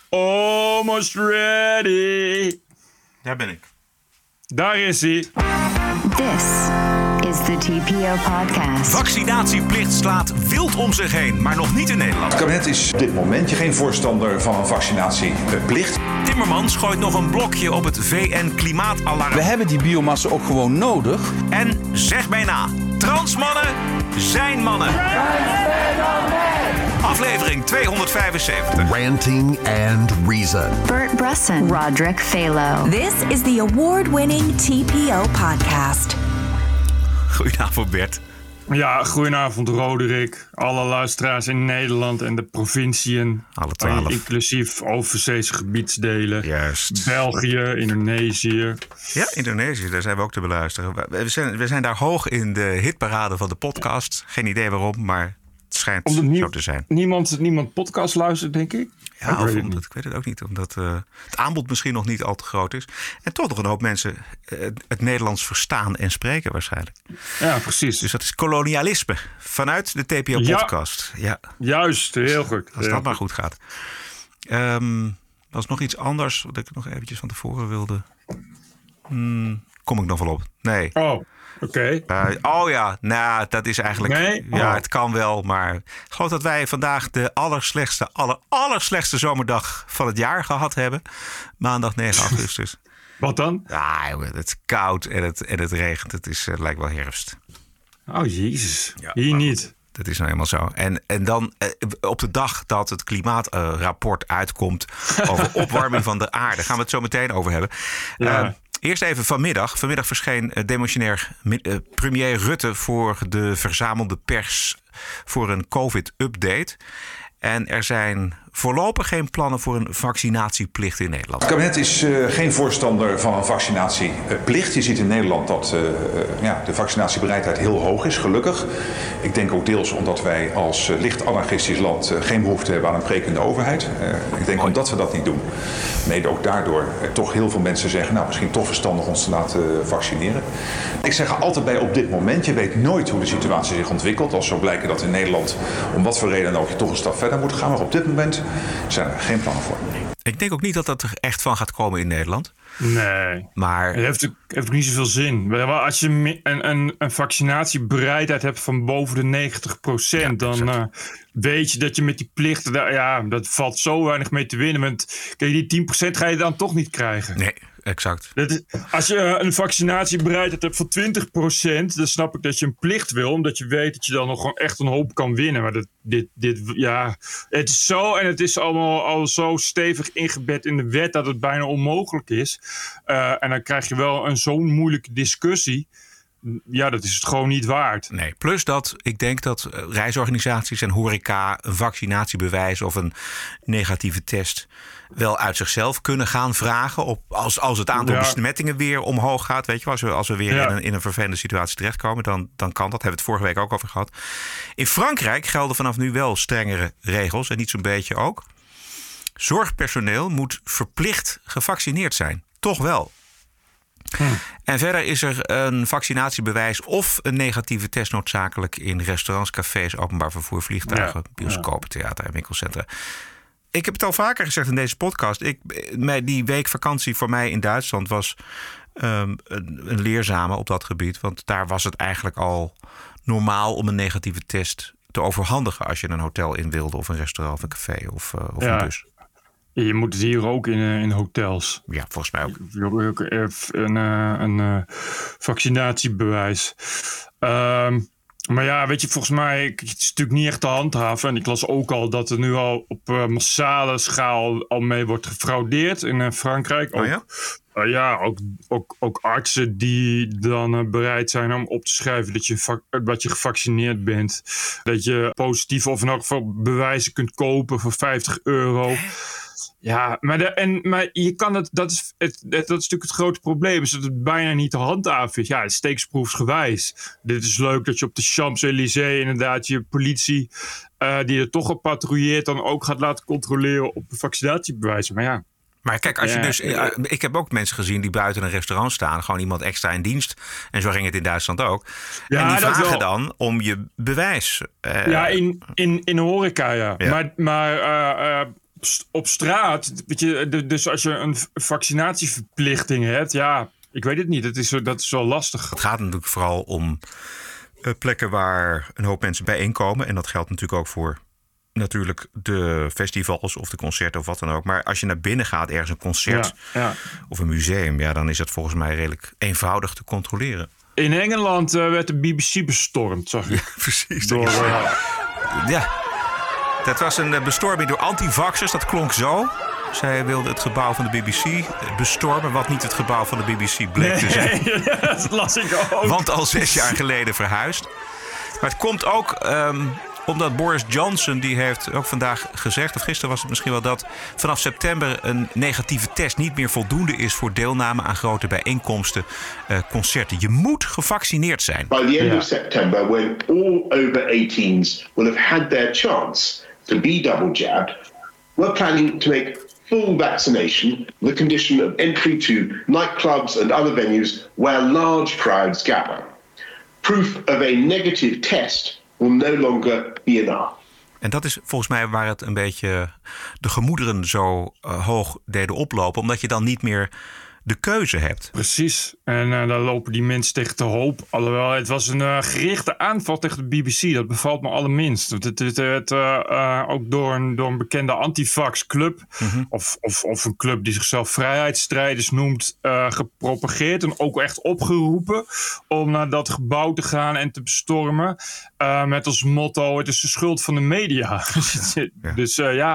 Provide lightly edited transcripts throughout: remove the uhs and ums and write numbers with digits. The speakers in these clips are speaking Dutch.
Almost ready. Daar ben ik. Daar is hij. This is the TPO podcast. Vaccinatieplicht slaat wild om zich heen, maar nog niet in Nederland. Het kabinet is op dit moment geen voorstander van een vaccinatieplicht. Timmermans gooit nog een blokje op het VN-klimaatalarm. We hebben die biomassa ook gewoon nodig. En zeg mij na, transmannen zijn mannen. Aflevering 275. Ranting and Reason. Bert Bresson. Roderick Phalo. This is the award-winning TPO podcast. Goedenavond Bert. Ja, goedenavond Roderick. Alle luisteraars in Nederland en de provinciën. Alle 12. Inclusief overzeese gebiedsdelen. Juist. België, Indonesië. Ja, Indonesië, daar zijn we ook te beluisteren. We zijn daar hoog in de hitparade van de podcast. Geen idee waarom, maar het schijnt zo te zijn. Niemand podcast luistert, denk ik. Ja, ik weet het ook niet. Omdat het aanbod misschien nog niet al te groot is. En toch nog een hoop mensen het Nederlands verstaan en spreken waarschijnlijk. Ja, precies. Dus dat is kolonialisme vanuit de TPO-podcast. Ja. Juist, heel goed. Als dat maar goed gaat. Was nog iets anders wat ik nog eventjes van tevoren wilde. Kom ik nog wel op? Nee. Oh, oké. Dat is eigenlijk... Nee? Ja, het kan wel, maar... Ik geloof dat wij vandaag de allerslechtste zomerdag van het jaar gehad hebben. Maandag 9 augustus. Wat dan? Ja, jongen, het is koud en het regent. Het is, lijkt wel herfst. Oh, jezus. Ja, hier niet. Dat is nou helemaal zo. En dan op de dag dat het klimaatrapport uitkomt... over opwarming van de aarde... gaan we het zo meteen over hebben. Ja. Eerst even vanmiddag. Vanmiddag verscheen demissionair premier Rutte... voor de verzamelde pers voor een COVID-update. En er zijn voorlopig geen plannen voor een vaccinatieplicht in Nederland. Het kabinet is geen voorstander van een vaccinatieplicht. Je ziet in Nederland dat de vaccinatiebereidheid heel hoog is, gelukkig. Ik denk ook deels omdat wij als licht anarchistisch land geen behoefte hebben aan een prekende overheid. Ik denk omdat we dat niet doen. Mede ook daardoor toch heel veel mensen zeggen... nou, misschien toch verstandig ons te laten vaccineren. Ik zeg er altijd bij op dit moment... je weet nooit hoe de situatie zich ontwikkelt. Als zou blijken dat in Nederland om wat voor reden ook... je toch een stap verder moet gaan. Maar op dit moment zijn er geen plannen voor. Ik denk ook niet dat dat er echt van gaat komen in Nederland. Nee. Maar Het heeft ook niet zoveel zin. Als je een vaccinatiebereidheid hebt van boven de 90%... dan weet je dat je met die plichten... dat valt zo weinig mee te winnen. Want kijk, die 10% ga je dan toch niet krijgen. Nee, exact. Als je een vaccinatiebereidheid hebt van 20%... dan snap ik dat je een plicht wil... omdat je weet dat je dan nog gewoon echt een hoop kan winnen. Maar het is zo... en het is allemaal al zo stevig ingebed in de wet... dat het bijna onmogelijk is. En dan krijg je wel zo'n moeilijke discussie... Ja, dat is het gewoon niet waard. Nee, plus dat ik denk dat reisorganisaties en horeca een vaccinatiebewijs of een negatieve test wel uit zichzelf kunnen gaan vragen. Als het aantal besmettingen weer omhoog gaat. Weet je, als we weer in een vervelende situatie terechtkomen, dan kan dat. Hebben we het vorige week ook over gehad. In Frankrijk gelden vanaf nu wel strengere regels en niet zo'n beetje ook. Zorgpersoneel moet verplicht gevaccineerd zijn. Toch wel. En verder is er een vaccinatiebewijs of een negatieve test noodzakelijk in restaurants, cafés, openbaar vervoer, vliegtuigen, bioscopen, theater en winkelcentra. Ik heb het al vaker gezegd in deze podcast. Die week vakantie voor mij in Duitsland was een leerzame op dat gebied. Want daar was het eigenlijk al normaal om een negatieve test te overhandigen als je een hotel in wilde of een restaurant of een café of een bus. Je moet het hier ook in hotels. Ja, volgens mij ook. Een vaccinatiebewijs. Maar ja, weet je, volgens mij... Het is natuurlijk niet echt te handhaven. En ik las ook al dat er nu al op massale schaal al mee wordt gefraudeerd in Frankrijk. Ook artsen die dan bereid zijn om op te schrijven dat je gevaccineerd bent. Dat je positief of in elk geval bewijzen kunt kopen voor €50. Ja, maar je kan het. Dat is natuurlijk het grote probleem. Is dat het bijna niet te handhaven is. Ja, steeksproefsgewijs. Dit is leuk dat je op de Champs-Élysées inderdaad je politie die er toch op patrouilleert dan ook gaat laten controleren op de vaccinatiebewijzen. Maar ja. Maar kijk, als je ik heb ook mensen gezien die buiten een restaurant staan. Gewoon iemand extra in dienst. En zo ging het in Duitsland ook. Ja, en die vragen dan om je bewijs. In horeca, ja. Maar op straat, weet je, dus als je een vaccinatieverplichting hebt, ja, ik weet het niet. Dat is wel lastig. Het gaat natuurlijk vooral om plekken waar een hoop mensen bijeenkomen. En dat geldt natuurlijk ook voor natuurlijk de festivals of de concerten of wat dan ook. Maar als je naar binnen gaat, ergens een concert of een museum, ja, dan is dat volgens mij redelijk eenvoudig te controleren. In Engeland werd de BBC bestormd, zag je. Ja, precies. Dat was een bestorming door antivaxers. Dat klonk zo. Zij wilden het gebouw van de BBC bestormen, wat niet het gebouw van de BBC bleek te zijn. Nee, dat las ik ook. Want al 6 jaar geleden verhuisd. Maar het komt ook omdat Boris Johnson, die heeft ook vandaag gezegd, of gisteren was het misschien wel, dat vanaf september een negatieve test niet meer voldoende is voor deelname aan grote bijeenkomsten, concerten. Je moet gevaccineerd zijn. By the end of September, when all over 18s will have had their chance to be double jabbed, we're planning to make full vaccination the condition of entry to nightclubs and other venues where large crowds gather. Proof of a negative test will no longer be enough. En dat is volgens mij waar het een beetje de gemoederen zo hoog deden oplopen. Omdat je dan niet meer de keuze hebt. Precies. En daar lopen die mensen tegen te hoop. Alhoewel, het was een gerichte aanval tegen de BBC. Dat bevalt me allerminst. Het werd ook door een bekende antivax club. Mm-hmm. Of een club die zichzelf vrijheidsstrijders noemt. Gepropageerd en ook echt opgeroepen om naar dat gebouw te gaan en te bestormen. Met als motto: het is de schuld van de media. Dus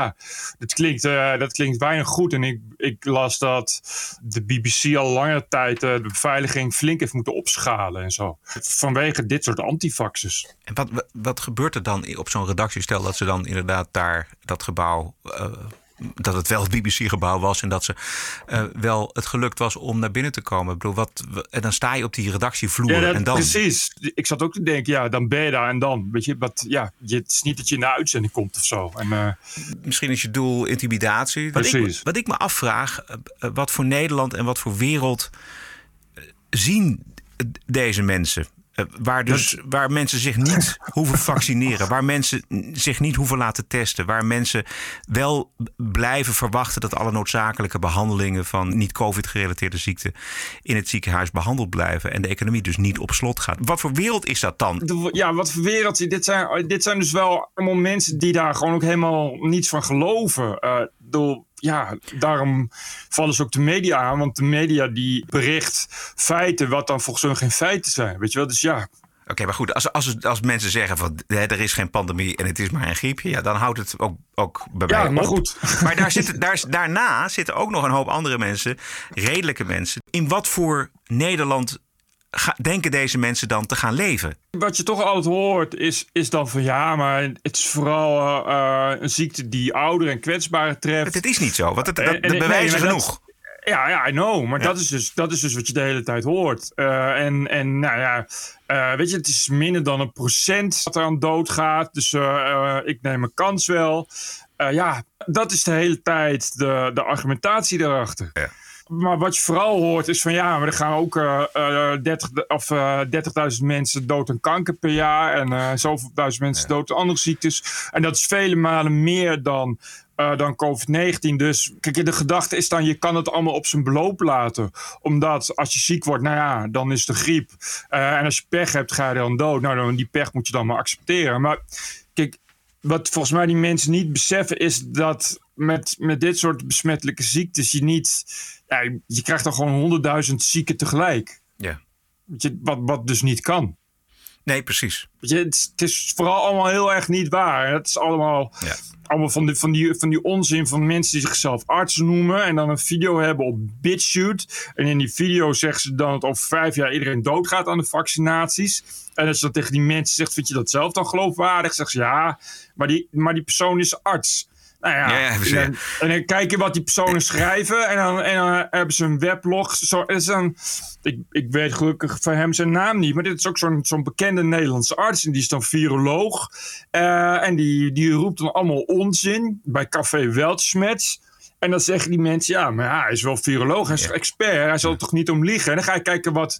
dat klinkt weinig goed. En ik las dat de BBC al langere tijd de beveiliging flink heeft moeten opschalen en zo. Vanwege dit soort antivaxers. En wat gebeurt er dan op zo'n redactie? Stel dat ze dan inderdaad daar dat gebouw, dat het wel het BBC-gebouw was en dat ze wel het gelukt was om naar binnen te komen. Ik bedoel, en dan sta je op die redactievloer. Ja, en dan... Precies. Ik zat ook te denken, ja, dan ben je daar en dan. Weet je, het is niet dat je in de uitzending komt of zo. En, misschien is je doel intimidatie. Wat ik me afvraag, wat voor Nederland en wat voor wereld zien deze mensen? Waar mensen zich niet hoeven vaccineren. Waar mensen zich niet hoeven laten testen. Waar mensen wel blijven verwachten dat alle noodzakelijke behandelingen van niet-COVID-gerelateerde ziekten in het ziekenhuis behandeld blijven. En de economie dus niet op slot gaat. Wat voor wereld is dat dan? Ja, wat voor wereld? Dit zijn dus wel allemaal mensen die daar gewoon ook helemaal niets van geloven. Ja, daarom vallen ze ook de media aan. Want de media die bericht feiten wat dan volgens hun geen feiten zijn. Weet je wel, dus ja. Oké, maar goed, als mensen zeggen van er is geen pandemie en het is maar een griepje, ja, dan houdt het ook bij mij op. Maar goed. Maar daarna zitten ook nog een hoop andere mensen, redelijke mensen. In wat voor Nederland denken deze mensen dan te gaan leven? Wat je toch altijd hoort is dan van ja, maar het is vooral een ziekte die ouderen en kwetsbaren treft. Het is niet zo, want dat bewijzen genoeg. Ja, I know. Maar dat is dus wat je de hele tijd hoort. Weet je, het is minder dan 1% dat er aan dood gaat. Dus ik neem mijn kans wel. Dat is de hele tijd de argumentatie daarachter. Ja. Maar wat je vooral hoort is van ja, maar er gaan ook 30.000 mensen dood aan kanker per jaar. En zoveel duizend mensen dood aan andere ziektes. En dat is vele malen meer dan COVID-19. Dus kijk, de gedachte is dan, je kan het allemaal op zijn beloop laten. Omdat als je ziek wordt, nou ja, dan is de griep. En als je pech hebt, ga je dan dood. Nou, dan die pech moet je dan maar accepteren. Maar kijk, wat volgens mij die mensen niet beseffen is dat met dit soort besmettelijke ziektes je krijgt dan gewoon 100.000 zieken tegelijk. Ja. Wat dus niet kan. Nee, precies. Het is vooral allemaal heel erg niet waar. Het is allemaal van die onzin van mensen die zichzelf arts noemen en dan een video hebben op BitChute. En in die video zeggen ze dan dat over 5 jaar iedereen doodgaat aan de vaccinaties. En als je dan tegen die mensen zegt, vind je dat zelf dan geloofwaardig? Zeggen ze ja, maar die persoon is arts. Nou ja, en dan kijk je wat die personen schrijven en dan hebben ze een weblog. Ik weet gelukkig van hem zijn naam niet, maar dit is ook zo'n bekende Nederlandse arts en die is dan viroloog. En die roept dan allemaal onzin bij Café Weltschmerz. En dan zeggen die mensen, ja, maar hij is wel viroloog, hij is expert, hij zal er toch niet om liegen. En dan ga je kijken wat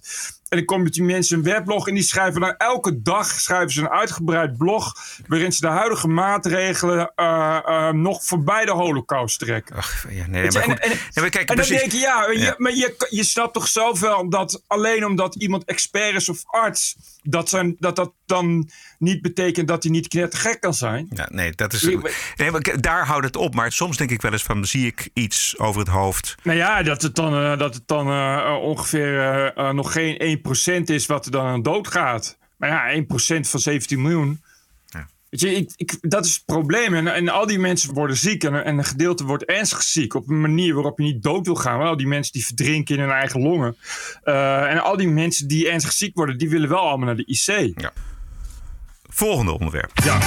En dan kom je met die mensen een weblog en die schrijven dan elke dag een uitgebreid blog waarin ze de huidige maatregelen nog voorbij de Holocaust trekken. Ach, ja, nee, maar goed. En dan denk je, maar je snapt toch zelf wel dat alleen omdat iemand expert is of arts, dat dan niet betekent dat hij niet knettergek kan zijn. Ja, nee, dat is. Nee, maar daar houdt het op. Maar soms denk ik wel eens van, zie ik iets over het hoofd. Nou ja, dat het dan ongeveer nog geen 1% is wat er dan aan dood gaat. Maar ja, 1% van 17 miljoen. Ja. Weet je, dat is het probleem. En al die mensen worden ziek. En een gedeelte wordt ernstig ziek. Op een manier waarop je niet dood wil gaan. Al die mensen die verdrinken in hun eigen longen. En al die mensen die ernstig ziek worden, die willen wel allemaal naar de IC. Ja. Volgende onderwerp. Ja.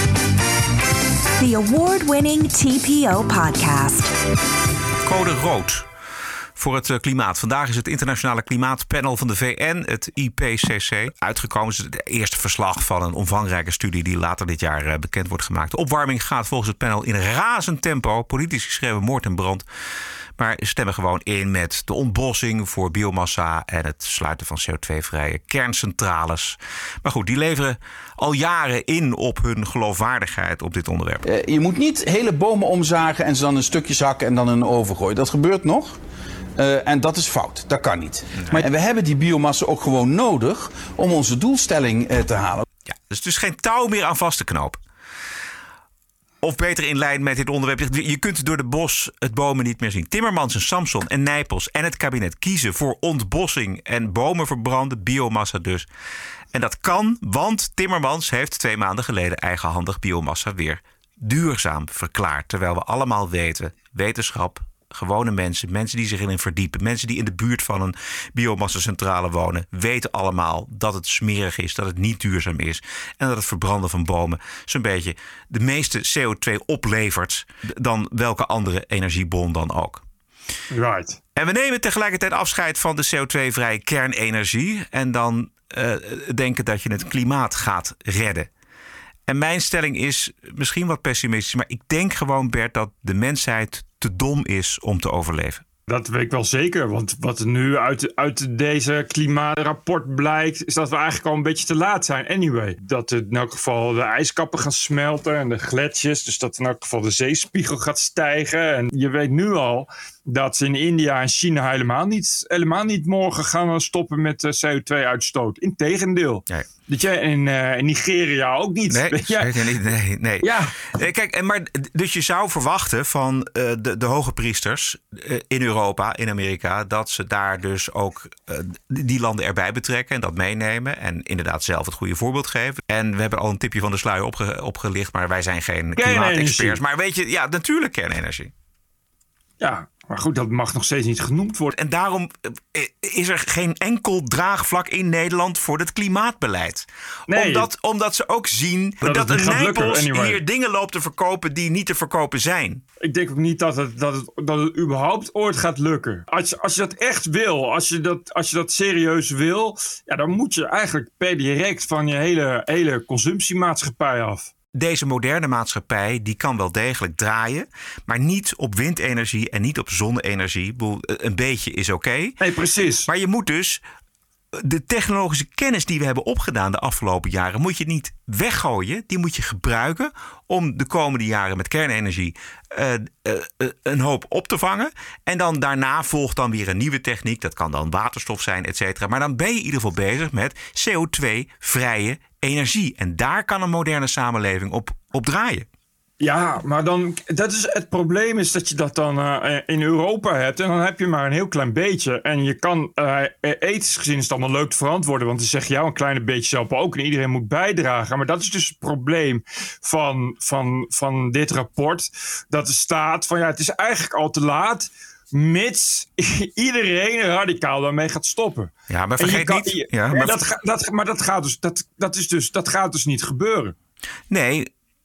The award-winning TPO podcast. Code rood voor het klimaat. Vandaag is het internationale klimaatpanel van de VN, het IPCC, uitgekomen. Het is het eerste verslag van een omvangrijke studie die later dit jaar bekend wordt gemaakt. De opwarming gaat volgens het panel in razend tempo. Politici schreeuwen moord en brand, maar stemmen gewoon in met de ontbossing voor biomassa en het sluiten van CO2-vrije kerncentrales. Maar goed, die leveren al jaren in op hun geloofwaardigheid op dit onderwerp. Je moet niet hele bomen omzagen en ze dan in stukjes hakken en dan in een oven gooien. Dat gebeurt nog. En dat is fout. Dat kan niet. Nee. En we hebben die biomassa ook gewoon nodig om onze doelstelling te halen. Ja, dus geen touw meer aan vast te knopen. Of beter in lijn met dit onderwerp. Je kunt door de bos het bomen niet meer zien. Timmermans en Samson en Nijpels en het kabinet kiezen voor ontbossing en bomen verbranden, biomassa dus. En dat kan, want Timmermans heeft 2 maanden geleden eigenhandig biomassa weer duurzaam verklaard. Terwijl we allemaal weten, wetenschap, gewone mensen die zich erin verdiepen, mensen die in de buurt van een biomassacentrale wonen, weten allemaal dat het smerig is, dat het niet duurzaam is en dat het verbranden van bomen zo'n beetje de meeste CO2 oplevert dan welke andere energiebron dan ook. Right. En we nemen tegelijkertijd afscheid van de CO2-vrije kernenergie en dan denken dat je het klimaat gaat redden. En mijn stelling is misschien wat pessimistisch, maar ik denk gewoon, Bert, dat de mensheid te dom is om te overleven. Dat weet ik wel zeker, want wat er nu uit deze klimaatrapport blijkt, is dat we eigenlijk al een beetje te laat zijn. Anyway, dat in elk geval de ijskappen gaan smelten en de gletsjers, dus dat in elk geval de zeespiegel gaat stijgen. En je weet nu al dat ze in India en China helemaal niet morgen gaan stoppen met CO2-uitstoot. Integendeel. Nee. Dat jij in Nigeria ook niet. Nee. Ja. Kijk, maar dus je zou verwachten van de hoge priesters in Europa, in Amerika, dat ze daar dus ook die landen erbij betrekken en dat meenemen en inderdaad zelf het goede voorbeeld geven. En we hebben al een tipje van de sluier opgelicht, maar wij zijn geen klimaatexperts. Maar weet je, ja, natuurlijk kernenergie. Ja. Maar goed, dat mag nog steeds niet genoemd worden. En daarom is er geen enkel draagvlak in Nederland voor het klimaatbeleid. Nee. Omdat ze ook zien dat een Nijpels hier dingen loopt te verkopen die niet te verkopen zijn. Ik denk ook niet dat het überhaupt ooit gaat lukken. Als je dat echt wil, als je dat serieus wil, ja, dan moet je eigenlijk per direct van je hele consumptiemaatschappij af. Deze moderne maatschappij die kan wel degelijk draaien, maar niet op windenergie en niet op zonne-energie. Een beetje is oké. Nee, precies. Maar je moet dus de technologische kennis die we hebben opgedaan de afgelopen jaren, moet je niet weggooien. Die moet je gebruiken om de komende jaren met kernenergie een hoop op te vangen. En dan daarna volgt dan weer een nieuwe techniek. Dat kan dan waterstof zijn, et cetera. Maar dan ben je in ieder geval bezig met CO2-vrije energie. En daar kan een moderne samenleving op draaien. Ja, maar dat is het probleem is dat je dat dan in Europa hebt. En dan heb je maar een heel klein beetje. En je kan, ethisch gezien is het allemaal leuk te verantwoorden. Want dan zeg je een klein beetje zelf ook. En iedereen moet bijdragen. Maar dat is dus het probleem van dit rapport. Dat er staat van het is eigenlijk al te laat. Mits iedereen radicaal daarmee gaat stoppen. Ja, maar vergeet niet. Ja, maar dat gaat dus niet gebeuren. Nee.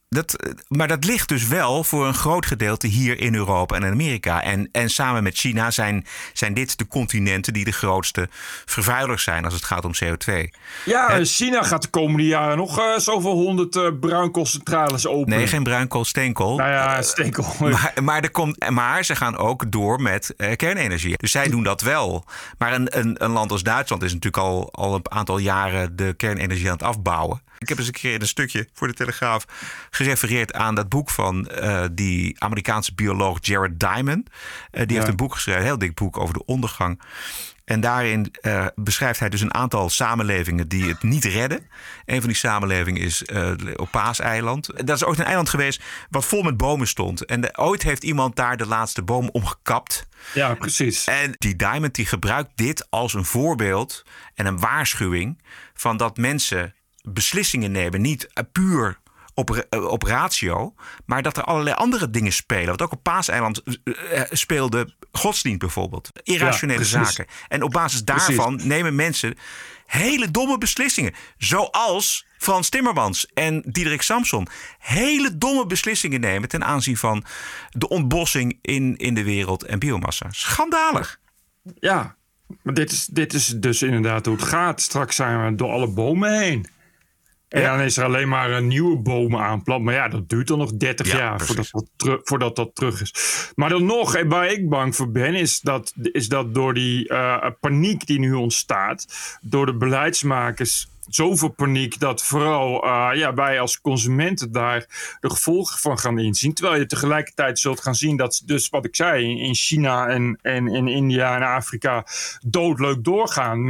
Maar dat ligt dus wel voor een groot gedeelte hier in Europa en in Amerika. En samen met China zijn dit de continenten die de grootste vervuilers zijn als het gaat om CO2. Ja, China gaat de komende jaren nog zoveel 100 bruinkoolcentrales openen. Nee, geen bruinkool, steenkool. Nou ja, steenkool. Maar ze gaan ook door met kernenergie. Dus zij doen dat wel. Maar een land als Duitsland is natuurlijk al een aantal jaren de kernenergie aan het afbouwen. Ik heb eens een keer in een stukje voor de Telegraaf gerefereerd aan dat boek van die Amerikaanse bioloog Jared Diamond. Die heeft een boek geschreven, een heel dik boek over de ondergang. En daarin beschrijft hij dus een aantal samenlevingen die het niet redden. Een van die samenlevingen is op Paaseiland. Dat is ooit een eiland geweest wat vol met bomen stond. En ooit heeft iemand daar de laatste boom omgekapt. Ja, precies. En die Diamond die gebruikt dit als een voorbeeld en een waarschuwing van dat mensen beslissingen nemen, niet puur op ratio, maar dat er allerlei andere dingen spelen. Want ook op Paaseiland speelde godsdienst bijvoorbeeld. Irrationele zaken. En op basis daarvan nemen mensen hele domme beslissingen. Zoals Frans Timmermans en Diederik Samson. Hele domme beslissingen nemen ten aanzien van de ontbossing in de wereld en biomassa. Schandalig. Ja, maar dit is dus inderdaad hoe het gaat. Straks zijn we door alle bomen heen. En dan is er alleen maar een nieuwe bomen aanplant. Maar ja, dat duurt dan nog 30 jaar voordat dat terug is. Maar dan nog, waar ik bang voor ben, is dat door die paniek die nu ontstaat, door de beleidsmakers, zoveel paniek dat vooral wij als consumenten daar de gevolgen van gaan inzien. Terwijl je tegelijkertijd zult gaan zien dat, dus wat ik zei, in China en in India en Afrika doodleuk doorgaan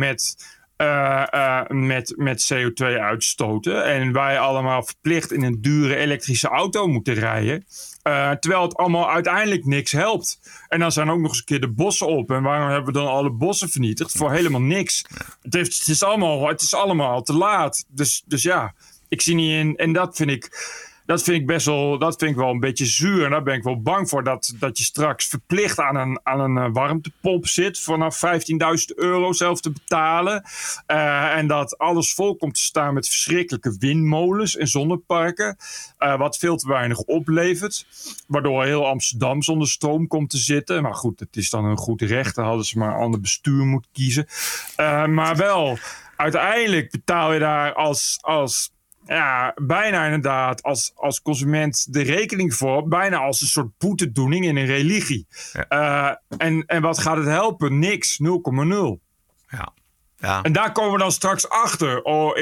met CO2 uitstoten. En wij allemaal verplicht in een dure elektrische auto moeten rijden. Terwijl het allemaal uiteindelijk niks helpt. En dan zijn ook nog eens een keer de bossen op. En waarom hebben we dan alle bossen vernietigd? Voor helemaal niks. Het is allemaal te laat. Dus ja, ik zie niet in. En dat vind ik wel een beetje zuur. En daar ben ik wel bang voor dat je straks verplicht aan een warmtepomp zit. Vanaf €15.000 zelf te betalen. En dat alles vol komt te staan met verschrikkelijke windmolens en zonneparken. Wat veel te weinig oplevert. Waardoor heel Amsterdam zonder stroom komt te zitten. Maar goed, het is dan een goed recht. Dan hadden ze maar een ander bestuur moeten kiezen. Maar wel, uiteindelijk betaal je daar als bijna inderdaad als consument de rekening voor. Bijna als een soort boetedoening in een religie. Ja. En wat gaat het helpen? Niks. 0,0. Ja. Ja. En daar komen we dan straks achter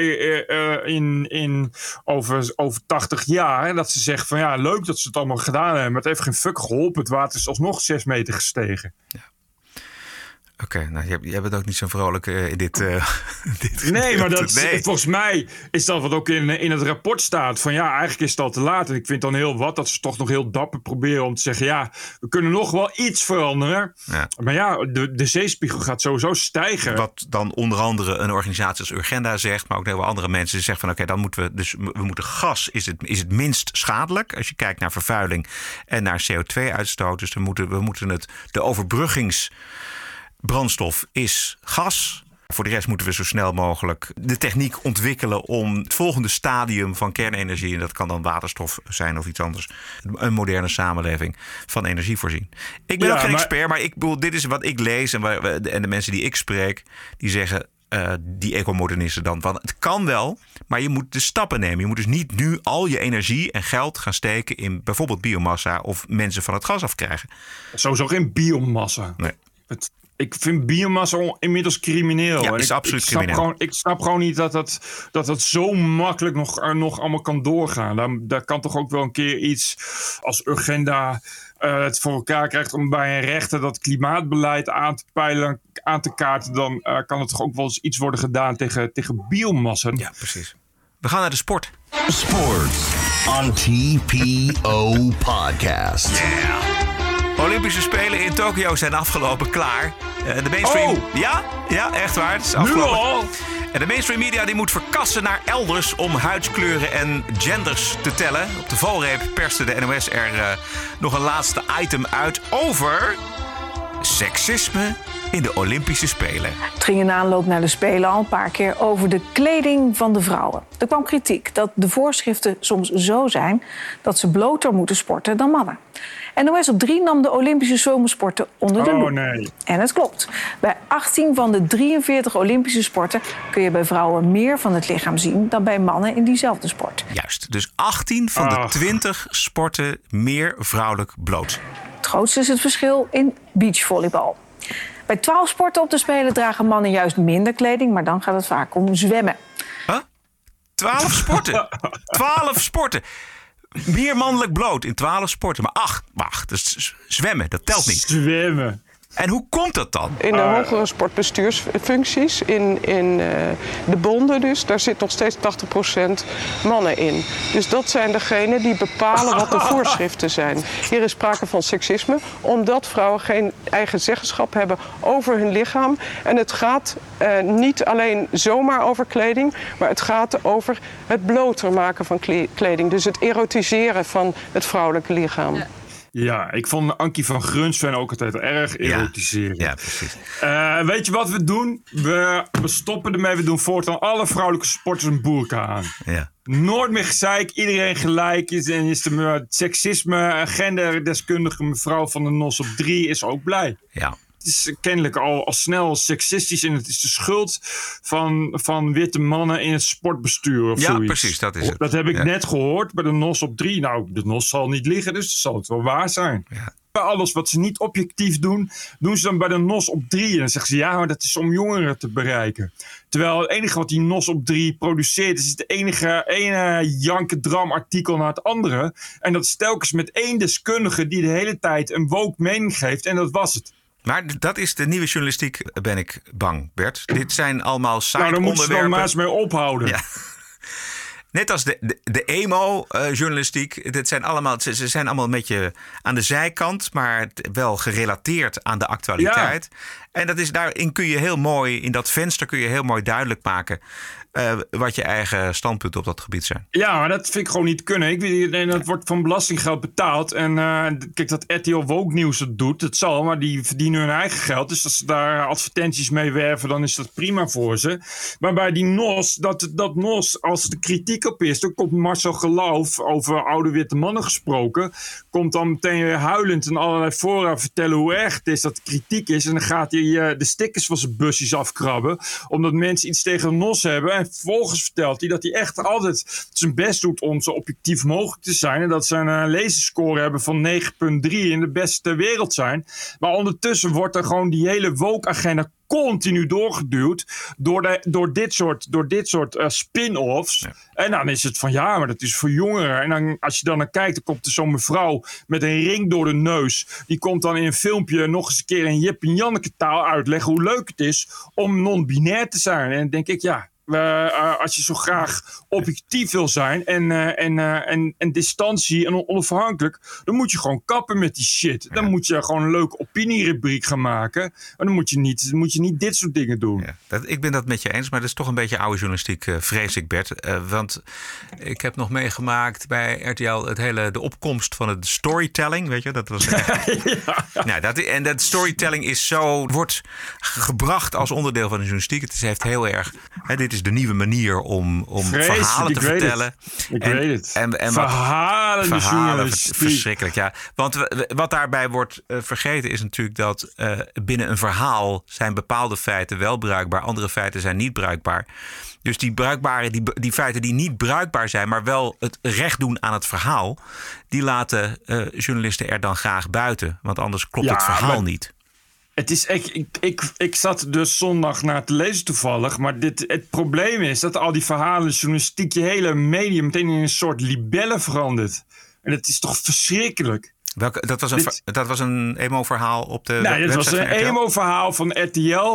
over 80 jaar. Dat ze zeggen van ja, leuk dat ze het allemaal gedaan hebben. Maar het heeft geen fuck geholpen. Het water is alsnog 6 meter gestegen. Ja. Oké, nou, jij bent ook niet zo vrolijk in dit nee, maar volgens mij is dat wat ook in het rapport staat. Van ja, eigenlijk is het al te laat. En ik vind dan heel wat dat ze toch nog heel dapper proberen om te zeggen, ja, we kunnen nog wel iets veranderen. Ja. Maar ja, de zeespiegel gaat sowieso stijgen. Wat dan onder andere een organisatie als Urgenda zegt, maar ook heel veel andere mensen zeggen van oké, dan moeten we moeten gas is het minst schadelijk als je kijkt naar vervuiling en naar CO2-uitstoot. Dus we moeten de overbruggingsbrandstof is gas. Voor de rest moeten we zo snel mogelijk de techniek ontwikkelen om het volgende stadium van kernenergie, en dat kan dan waterstof zijn of iets anders, een moderne samenleving van energie voorzien. Ik ben ook geen expert, maar dit is wat ik lees en de mensen die ik spreek, die zeggen, die ecomodernisten dan, van het kan wel, maar je moet de stappen nemen. Je moet dus niet nu al je energie en geld gaan steken in bijvoorbeeld biomassa of mensen van het gas afkrijgen. Sowieso geen biomassa. Nee. Ik vind biomassa inmiddels crimineel. Ja, is absoluut crimineel. Ik snap gewoon niet dat zo makkelijk nog allemaal kan doorgaan. Daar kan toch ook wel een keer iets als Urgenda het voor elkaar krijgt om bij een rechter dat klimaatbeleid aan te kaarten. Dan kan er toch ook wel eens iets worden gedaan tegen biomassa. Ja, precies. We gaan naar de sport. Sports on TPO Podcast. Yeah. Olympische Spelen in Tokio zijn afgelopen, klaar. De mainstream... Ja, echt waar. Het is afgelopen. Nu al? En de mainstream media die moet verkassen naar elders om huidskleuren en genders te tellen. Op de valreep perste de NOS er nog een laatste item uit over seksisme in de Olympische Spelen. Het ging in aanloop naar de Spelen al een paar keer over de kleding van de vrouwen. Er kwam kritiek dat de voorschriften soms zo zijn dat ze bloter moeten sporten dan mannen. NOS op 3 nam de Olympische zomersporten onder de loep. Nee. En het klopt. Bij 18 van de 43 Olympische sporten kun je bij vrouwen meer van het lichaam zien dan bij mannen in diezelfde sport. Juist, dus 18 van de 20 sporten meer vrouwelijk bloot. Het grootste is het verschil in beachvolleybal. Bij 12 sporten op de Spelen dragen mannen juist minder kleding, maar dan gaat het vaak om zwemmen. Huh? 12 sporten? 12 sporten! Meer mannelijk bloot in 12 sporten. Maar wacht, dus zwemmen, dat telt niet. Zwemmen. En hoe komt dat dan? In de hogere sportbestuursfuncties, in de bonden dus, daar zit nog steeds 80% mannen in. Dus dat zijn degenen die bepalen wat de voorschriften zijn. Hier is sprake van seksisme, omdat vrouwen geen eigen zeggenschap hebben over hun lichaam. En het gaat niet alleen zomaar over kleding, maar het gaat over het bloter maken van kleding. Dus het erotiseren van het vrouwelijke lichaam. Ja, ik vond Ankie van Grunsven ook altijd erg erotiserend. Ja, precies. Weet je wat we doen? We stoppen ermee. We doen voortaan alle vrouwelijke sporters een boerka aan. Ja. Nooit meer gezeik. Iedereen gelijk is. En is de seksisme, genderdeskundige mevrouw van de NOS op 3 is ook blij. Ja. Het is kennelijk al snel seksistisch en het is de schuld van witte mannen in het sportbestuur of zoiets. Ja, precies, dat is het. Dat heb ik net gehoord bij de NOS op 3. Nou, de NOS zal niet liggen, dus zal het wel waar zijn. Ja. Bij alles wat ze niet objectief doen, doen ze dan bij de NOS op 3. En dan zeggen ze, ja, maar dat is om jongeren te bereiken. Terwijl het enige wat die NOS op 3 produceert, is het ene janken-dram-artikel naar het andere. En dat is telkens met één deskundige die de hele tijd een woke mening geeft. En dat was het. Maar dat is de nieuwe journalistiek, ben ik bang, Bert. Dit zijn allemaal side-onderwerpen. Nou, daar moeten ze dan maar eens mee ophouden. Ja. Net als de emo-journalistiek. Ze zijn allemaal een beetje aan de zijkant, maar wel gerelateerd aan de actualiteit. Ja. En daarin kun je heel mooi, in dat venster kun je heel mooi duidelijk maken wat je eigen standpunten op dat gebied zijn. Ja, maar dat vind ik gewoon niet kunnen. Dat wordt van belastinggeld betaald. En kijk, dat RTL Woke Nieuws het doet, dat zal, maar die verdienen hun eigen geld. Dus als ze daar advertenties mee werven, dan is dat prima voor ze. Maar bij die NOS, dat NOS, als er kritiek op is, dan komt Marcel Geloof, over oude witte mannen gesproken, komt dan meteen weer huilend in allerlei fora vertellen hoe erg het is dat er kritiek is. En dan gaat hij de stickers van zijn busjes afkrabben, omdat mensen iets tegen de NOS hebben. En vervolgens vertelt hij dat hij echt altijd zijn best doet om zo objectief mogelijk te zijn. En dat ze een lezerscore hebben van 9,3 en de beste ter wereld zijn. Maar ondertussen wordt er gewoon die hele woke-agenda continu doorgeduwd door dit soort spin-offs. Ja. En dan is het van ja, maar dat is voor jongeren. En dan, als je dan naar kijkt, dan komt er zo'n mevrouw met een ring door de neus. Die komt dan in een filmpje nog eens een keer in Jip en Janneke taal uitleggen hoe leuk het is om non-binair te zijn. En dan denk ik, ja, als je zo graag objectief wil zijn en distantie en onafhankelijk, dan moet je gewoon kappen met die shit. Dan moet je gewoon een leuke opinierubriek gaan maken. En dan moet je niet dit soort dingen doen. Ja, ik ben dat met je eens, maar dat is toch een beetje oude journalistiek, vrees ik, Bert. Want ik heb nog meegemaakt bij RTL de opkomst van het storytelling, weet je. Dat was en dat storytelling wordt gebracht als onderdeel van de journalistiek. Het heeft heel erg, dit is de nieuwe manier om verhalen te vertellen. Ik weet het. En verhalen verschrikkelijk, ja. Want wat daarbij wordt vergeten is natuurlijk dat binnen een verhaal zijn bepaalde feiten wel bruikbaar, andere feiten zijn niet bruikbaar. Dus die feiten die niet bruikbaar zijn, maar wel het recht doen aan het verhaal, die laten journalisten er dan graag buiten. Want anders klopt het verhaal niet. Het is echt, ik zat dus zondag naar te lezen toevallig. Maar het probleem is dat al die verhalen, journalistiek, je hele medium meteen in een soort libelle verandert. En dat is toch verschrikkelijk. Dat was een emo-verhaal op de website? Nee, dat was een emo-verhaal van RTL.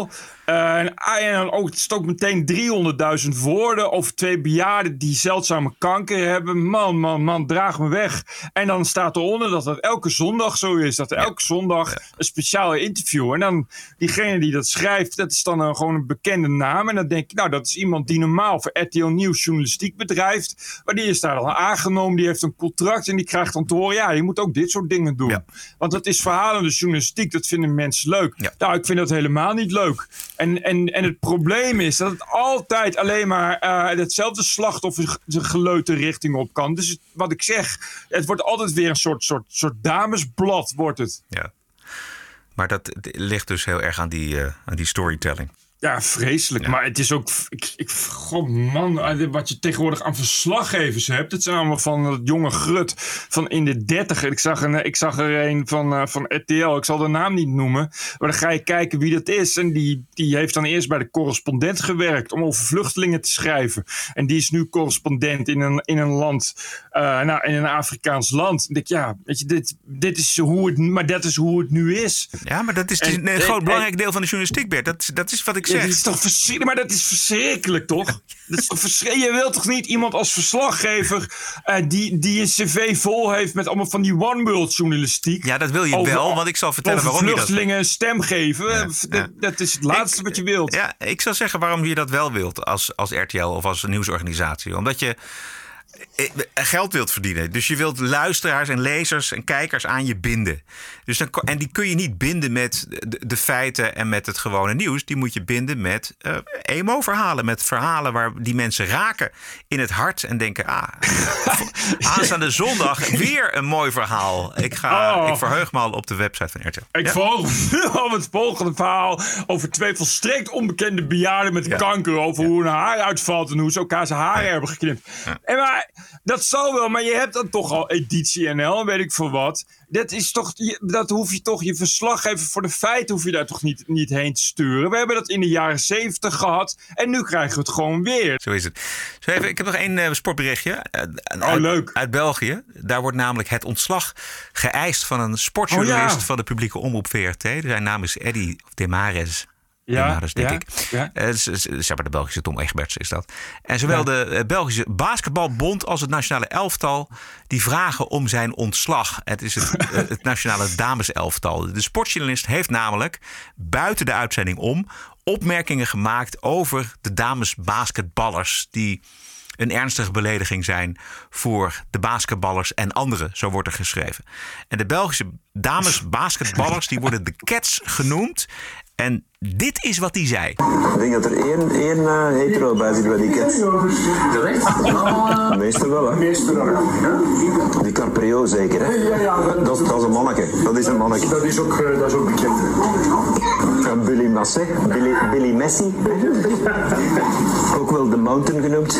En dan ook, het is ook meteen 300.000 woorden over 2 bejaarden die zeldzame kanker hebben. Man, draag me weg. En dan staat eronder dat dat elke zondag zo is. Dat er elke zondag een speciale interview. En dan diegene die dat schrijft, dat is dan gewoon een bekende naam. En dan denk je, nou, dat is iemand die normaal voor RTL Nieuws journalistiek bedrijft. Maar die is daar dan aangenomen, die heeft een contract en die krijgt dan te horen, ja, je moet ook dit soort dingen doen. Ja. Want dat is verhalende journalistiek, dat vinden mensen leuk. Ja. Nou, ik vind dat helemaal niet leuk. En het probleem is dat het altijd alleen maar hetzelfde slachtoffer geleuter richting op kan. Dus wat ik zeg, het wordt altijd weer een soort damesblad, wordt het. Ja. Maar dat ligt dus heel erg aan die storytelling. Ja, vreselijk. Ja. Maar het is ook... God man, wat je tegenwoordig aan verslaggevers hebt. Het zijn allemaal van dat jonge grut van in de 30. Ik zag er een van RTL. Ik zal de naam niet noemen. Maar dan ga je kijken wie dat is. En die heeft dan eerst bij de Correspondent gewerkt om over vluchtelingen te schrijven. En die is nu correspondent in een land, in een Afrikaans land. Dan denk ik, ja, weet je, dit is hoe het... Maar dat is hoe het nu is. Ja, maar dat is een groot belangrijk deel van de journalistiek, Bert. Dat is wat ik zeg. Ja, dat is toch verschrikkelijk, maar dat is verschrikkelijk, toch? Dat is toch verschrikkelijk. Je wilt toch niet iemand als verslaggever die een cv vol heeft met allemaal van die one-world journalistiek? Ja, dat wil je wel, want ik zal vertellen waarom je dat... vluchtelingen een stem geven. Ja. Dat is het laatste wat je wilt. Ja, ik zal zeggen waarom je dat wel wilt als RTL of als nieuwsorganisatie. Omdat je geld wilt verdienen. Dus je wilt luisteraars en lezers en kijkers aan je binden. En die kun je niet binden met de feiten en met het gewone nieuws. Die moet je binden met emo-verhalen. Met verhalen waar die mensen raken in het hart. En denken, aanstaande zondag weer een mooi verhaal. Ik verheug me al op de website van RTL. Ik verheug me op het volgende verhaal over 2 volstrekt onbekende bejaarden met kanker. Over hoe hun haar uitvalt en hoe ze elkaar zijn haren hebben geknipt. Ja. En maar dat zal wel, maar je hebt dan toch al Editie NL en weet ik veel wat. Dat is toch, dat hoef je toch, je verslaggever voor de feiten hoef je daar toch niet heen te sturen. We hebben dat in de jaren 70 gehad en nu krijgen we het gewoon weer. Zo is het. Zo even, ik heb nog 1 sportberichtje. Leuk. Uit België. Daar wordt namelijk het ontslag geëist van een sportjournalist van de publieke omroep VRT. Zijn naam is Eddy Demares. Ja, dat denk ik. Ja. Zeg maar de Belgische Tom Egberts is dat. En zowel de Belgische Basketbalbond als het nationale elftal die vragen om zijn ontslag. Het is het nationale dameselftal. De sportjournalist heeft namelijk buiten de uitzending om opmerkingen gemaakt over de damesbasketballers die een ernstige belediging zijn voor de basketballers en anderen, zo wordt er geschreven. En de Belgische damesbasketballers die worden de Cats genoemd. En dit is wat hij zei. Ik denk dat er één hetero bij zit bij die Cats. Meestal wel, hè? Meestal wel. Die Carprio zeker, hè? Ja. Dat is een manneke. Dat is een manneke. Dat is ook bekend. Van Billy Massé. Billy Messi. Ook wel de Mountain genoemd.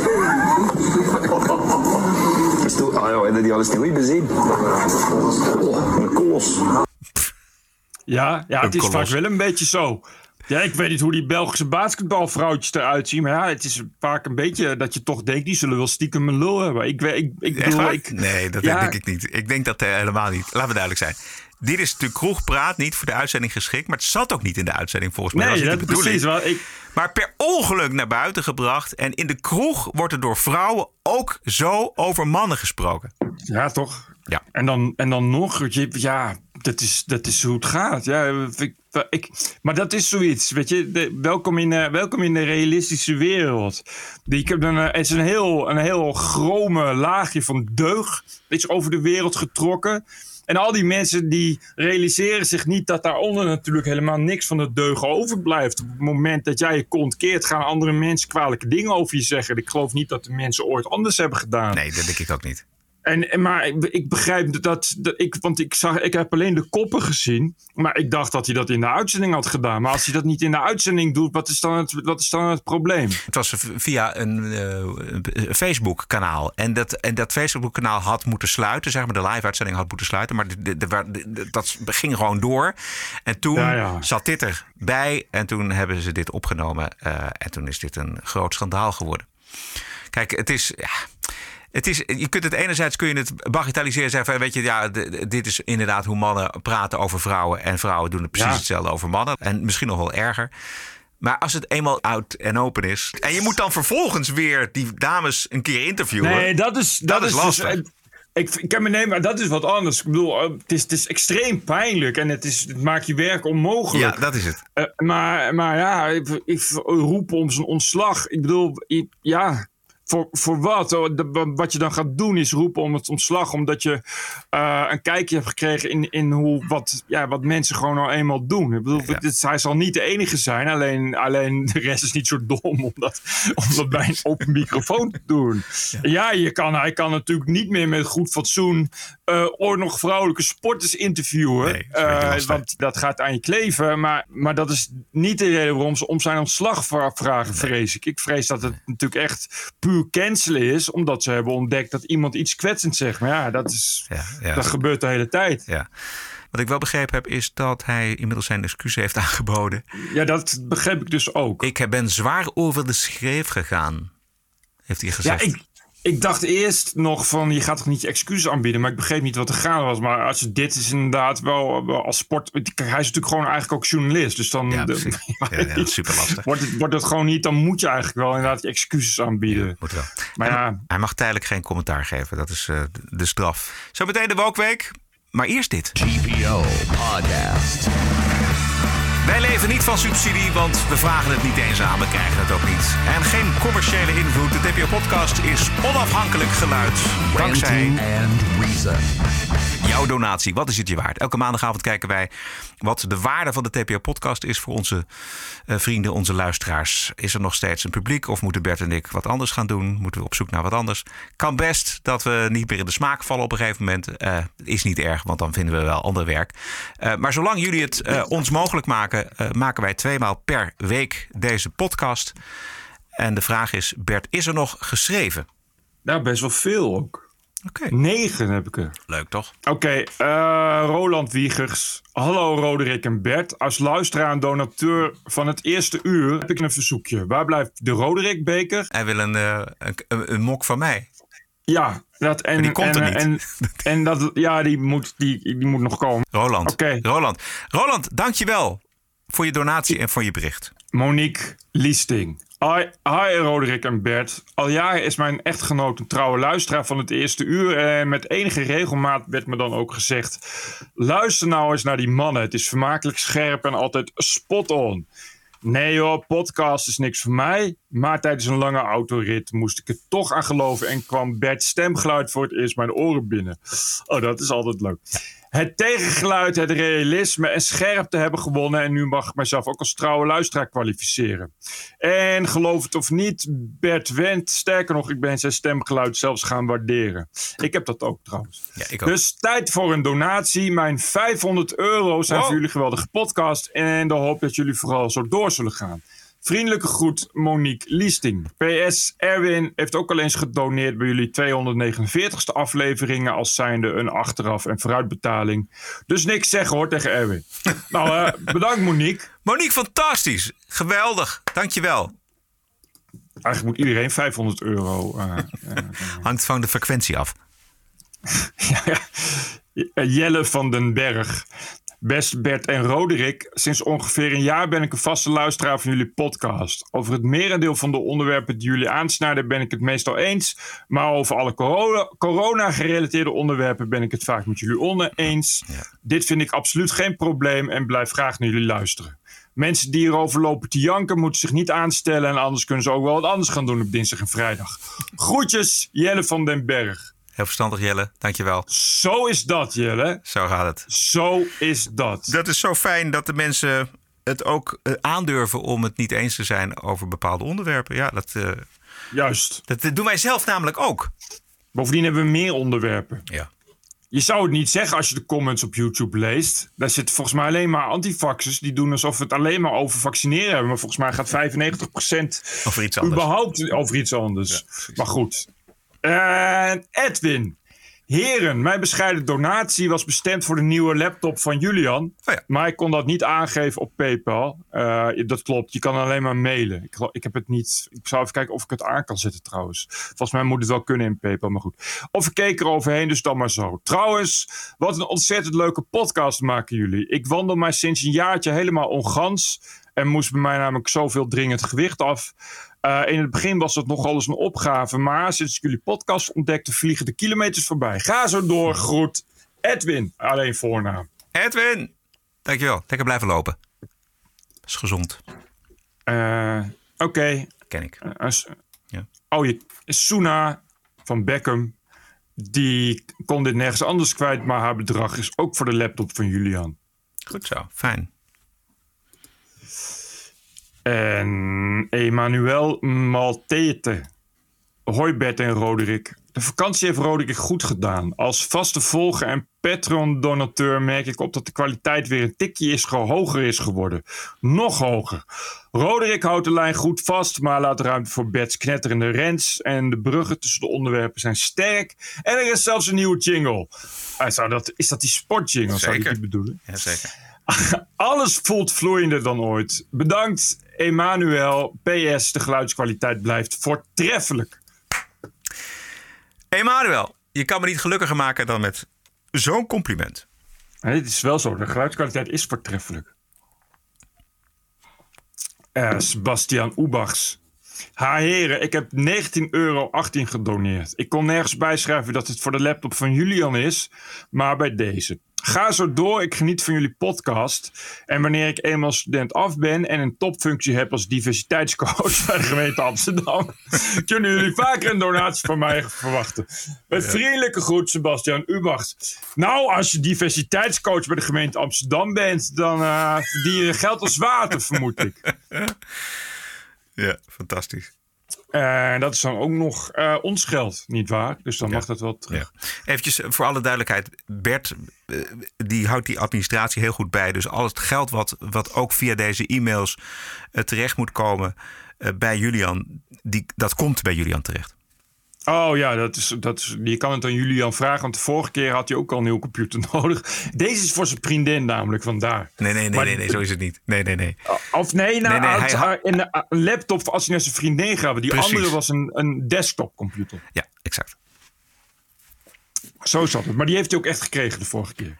Heb je die al eens niet bezien? Een kolos. Ja, het is vaak wel een beetje zo. Ja, ik weet niet hoe die Belgische basketbalvrouwtjes eruit zien. Maar ja, het is vaak een beetje dat je toch denkt, die zullen wel stiekem een lul hebben. Nee, dat denk ik niet. Ik denk dat helemaal niet. Laten we duidelijk zijn. Dit is natuurlijk kroegpraat, niet voor de uitzending geschikt. Maar het zat ook niet in de uitzending volgens mij. Nee, dat is precies. Maar per ongeluk naar buiten gebracht. En in de kroeg wordt er door vrouwen ook zo over mannen gesproken. Ja, toch? Ja. En dan nog, ja, dat is hoe het gaat. Ja, maar dat is zoiets, weet je. Welkom in de realistische wereld. Het is een heel chrome laagje van deug. Iets over de wereld getrokken. En al die mensen die realiseren zich niet dat daaronder natuurlijk helemaal niks van de deug overblijft. Op het moment dat jij je kont keert, gaan andere mensen kwalijke dingen over je zeggen. Ik geloof niet dat de mensen ooit anders hebben gedaan. Nee, dat denk ik ook niet. Maar ik begrijp want ik heb alleen de koppen gezien. Maar ik dacht dat hij dat in de uitzending had gedaan. Maar als hij dat niet in de uitzending doet, wat is dan het probleem? Het was via een Facebook-kanaal. En dat Facebook-kanaal had moeten sluiten. Zeg maar, de live-uitzending had moeten sluiten. Maar dat ging gewoon door. En toen zat dit erbij. En toen hebben ze dit opgenomen. En toen is dit een groot schandaal geworden. Kijk, het is... Ja, je kunt het enerzijds bagatelliseren, zeggen, weet je, dit is inderdaad hoe mannen praten over vrouwen en vrouwen doen het precies hetzelfde over mannen en misschien nog wel erger. Maar als het eenmaal out en open is... en je moet dan vervolgens weer die dames een keer interviewen... Nee, dat is lastig. Dus, ik kan me nemen, maar dat is wat anders. Ik bedoel, het is extreem pijnlijk en het maakt je werk onmogelijk. Ja, dat is het. Maar ja, ik roep om zijn ontslag. Ik bedoel, voor wat? Wat je dan gaat doen is roepen om het ontslag. Omdat je een kijkje hebt gekregen in wat mensen gewoon nou eenmaal doen. Ik bedoel, hij zal niet de enige zijn. Alleen de rest is niet zo dom om dat bij een open microfoon te doen. Ja, hij kan natuurlijk niet meer met goed fatsoen nog vrouwelijke sporters interviewen. Nee, want dat gaat aan je kleven. Maar dat is niet de reden waarom ze om zijn ontslag vragen, vrees ik. Ik vrees dat het natuurlijk echt puur cancelen is, omdat ze hebben ontdekt dat iemand iets kwetsend zegt. Maar ja, dat gebeurt de hele tijd. Ja. Wat ik wel begrepen heb, is dat hij inmiddels zijn excuus heeft aangeboden. Ja, dat begreep ik dus ook. Ik ben zwaar over de schreef gegaan, heeft hij gezegd. Ja, ik dacht eerst nog van, je gaat toch niet je excuses aanbieden? Maar ik begreep niet wat er gaande was. Maar als dit is inderdaad wel als sport... Hij is natuurlijk gewoon eigenlijk ook journalist. Dus dan super lastig. Wordt het gewoon niet, dan moet je eigenlijk wel inderdaad je excuses aanbieden. Ja, moet wel. Maar hij mag tijdelijk geen commentaar geven. Dat is de straf. Zometeen de Wookweek. Maar eerst dit. TPO Podcast. Wij leven niet van subsidie, want we vragen het niet eens aan. We krijgen het ook niet. En geen commerciële invloed. De TPO-podcast is onafhankelijk geluid. Dankzij jouw donatie. Wat is het je waard? Elke maandagavond kijken wij wat de waarde van de TPO-podcast is voor onze vrienden, onze luisteraars. Is er nog steeds een publiek of moeten Bert en ik wat anders gaan doen? Moeten we op zoek naar wat anders? Kan best dat we niet meer in de smaak vallen op een gegeven moment. Is niet erg, want dan vinden we wel ander werk. Maar zolang jullie het ons mogelijk maken, maken wij 2 maal per week deze podcast. En de vraag is, Bert, is er nog geschreven? Nou, best wel veel ook. Okay. 9 heb ik er. Leuk, toch? Oké, Roland Wiegers. Hallo Roderick en Bert. Als luisteraar en donateur van het eerste uur heb ik een verzoekje. Waar blijft de Roderick-beker? Hij wil een mok van mij. Ja, en die komt er niet. Die moet nog komen. Roland, okay. Roland, dankjewel voor je donatie en voor je bericht. Monique Liesting. Hi Roderick en Bert. Al jaren is mijn echtgenoot een trouwe luisteraar van het eerste uur. En met enige regelmaat werd me dan ook gezegd: luister nou eens naar die mannen. Het is vermakelijk scherp en altijd spot on. Nee hoor, podcast is niks voor mij. Maar tijdens een lange autorit moest ik er toch aan geloven en kwam Bert's stemgeluid voor het eerst mijn oren binnen. Oh, dat is altijd leuk. Het tegengeluid, het realisme en scherpte hebben gewonnen. En nu mag ik mezelf ook als trouwe luisteraar kwalificeren. En geloof het of niet, Bert went. Sterker nog, ik ben zijn stemgeluid zelfs gaan waarderen. Ik heb dat ook trouwens. Ja, ik ook. Dus tijd voor een donatie. Mijn €500 zijn voor jullie geweldige podcast. En de hoop dat jullie vooral zo door zullen gaan. Vriendelijke groet, Monique Liesting. PS, Erwin heeft ook al eens gedoneerd bij jullie 249ste afleveringen als zijnde een achteraf- en vooruitbetaling. Dus niks zeggen hoor tegen Erwin. Nou, bedankt Monique. Monique, fantastisch. Geweldig. Dankjewel. Eigenlijk moet iedereen €500... Hangt van de frequentie af. Jelle van den Berg. Best Bert en Roderick, sinds ongeveer een jaar ben ik een vaste luisteraar van jullie podcast. Over het merendeel van de onderwerpen die jullie aansnijden ben ik het meestal eens. Maar over alle corona-gerelateerde onderwerpen ben ik het vaak met jullie oneens. Ja. Dit vind ik absoluut geen probleem en blijf graag naar jullie luisteren. Mensen die hierover lopen te janken moeten zich niet aanstellen en anders kunnen ze ook wel wat anders gaan doen op dinsdag en vrijdag. Groetjes, Jelle van den Berg. Heel verstandig, Jelle. Dankjewel. Zo is dat, Jelle. Zo gaat het. Zo is dat. Dat is zo fijn dat de mensen het ook aandurven om het niet eens te zijn over bepaalde onderwerpen. Ja, juist. Dat doen wij zelf namelijk ook. Bovendien hebben we meer onderwerpen. Ja. Je zou het niet zeggen als je de comments op YouTube leest. Daar zitten volgens mij alleen maar antivaxers. Die doen alsof we het alleen maar over vaccineren hebben. Maar volgens mij gaat 95% over iets anders. Überhaupt over iets anders. Ja, maar goed. Edwin. Heren, mijn bescheiden donatie was bestemd voor de nieuwe laptop van Julian. Oh ja. Maar ik kon dat niet aangeven op PayPal. Dat klopt, je kan alleen maar mailen. Ik heb het niet. Ik zou even kijken of ik het aan kan zetten trouwens. Volgens mij moet het wel kunnen in PayPal, maar goed. Of ik keek eroverheen, dus dan maar zo. Trouwens, wat een ontzettend leuke podcast maken jullie. Ik wandel mij sinds een jaartje helemaal ongans. en moest bij mij namelijk zoveel dringend gewicht af. In het begin was dat nogal eens een opgave, maar sinds ik jullie podcast ontdekte, vliegen de kilometers voorbij. Ga zo door, groet. Edwin, alleen voornaam. Edwin, dankjewel. Lekker blijven lopen. Dat is gezond. Oké. Ken ik. Suna van Beckham, die kon dit nergens anders kwijt, maar haar bedrag is ook voor de laptop van Julian. Goed zo, fijn. En Emmanuel Maltete. Hoi Bert en Roderick. De vakantie heeft Roderick goed gedaan. Als vaste volger en Patreon-donateur merk ik op dat de kwaliteit weer een tikje hoger is geworden. Nog hoger. Roderick houdt de lijn goed vast, maar laat ruimte voor Bert's knetterende rants. En de bruggen tussen de onderwerpen zijn sterk. En er is zelfs een nieuwe jingle. Is dat die sportjingle? Zeker. Zou ik die bedoelen? Ja, zeker. Alles voelt vloeiender dan ooit. Bedankt, Emmanuel. PS, de geluidskwaliteit blijft voortreffelijk. Emmanuel, je kan me niet gelukkiger maken dan met zo'n compliment. Het is wel zo, de geluidskwaliteit is voortreffelijk. Sebastian Oebachs. Ha heren, ik heb €19,18 gedoneerd. Ik kon nergens bijschrijven dat het voor de laptop van Julian is, maar bij deze. Ga zo door, ik geniet van jullie podcast. En wanneer ik eenmaal student af ben en een topfunctie heb als diversiteitscoach bij de gemeente Amsterdam, kunnen jullie vaker een donatie van mij verwachten. Met vriendelijke groet, Sebastian Ubachs. Nou, als je diversiteitscoach bij de gemeente Amsterdam bent, dan verdien je geld als water, vermoed ik. Ja, fantastisch. Dat is dan ook nog ons geld, nietwaar? Dus dan mag dat wel terug. Ja. Eventjes voor alle duidelijkheid. Bert die houdt die administratie heel goed bij. Dus al het geld wat ook via deze e-mails terecht moet komen bij Julian, dat komt bij Julian terecht. Oh ja, je kan het aan Julian vragen. Want de vorige keer had hij ook al een nieuwe computer nodig. Deze is voor zijn vriendin namelijk, vandaar. Nee, zo is het niet. Nee. Of een laptop als hij naar zijn vriendin gaat. Die Precies. andere was een desktopcomputer. Ja, exact. Zo zat het. Maar die heeft hij ook echt gekregen de vorige keer.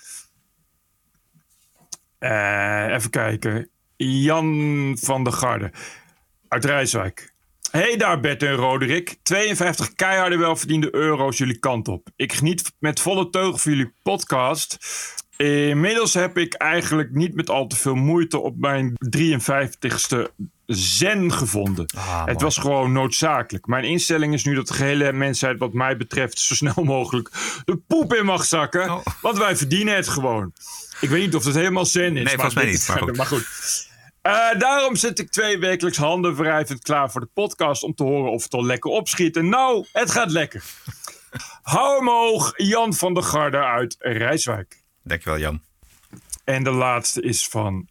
Even kijken. Jan van der Garde uit Rijswijk. Hey daar Bert en Roderick. 52 keiharde welverdiende euro's jullie kant op. Ik geniet met volle teugen van jullie podcast. Inmiddels heb ik eigenlijk niet met al te veel moeite op mijn 53ste zen gevonden. Het was gewoon noodzakelijk. Mijn instelling is nu dat de gehele mensheid wat mij betreft zo snel mogelijk de poep in mag zakken. Want wij verdienen het gewoon. Ik weet niet of het helemaal zen is. Nee, volgens mij niet. Maar goed. Daarom zit ik 2 wekelijks handen wrijvend klaar voor de podcast om te horen of het al lekker opschiet. En nou, het gaat lekker. Hou omhoog, Jan van der Garde uit Rijswijk. Dankjewel, Jan. En de laatste is van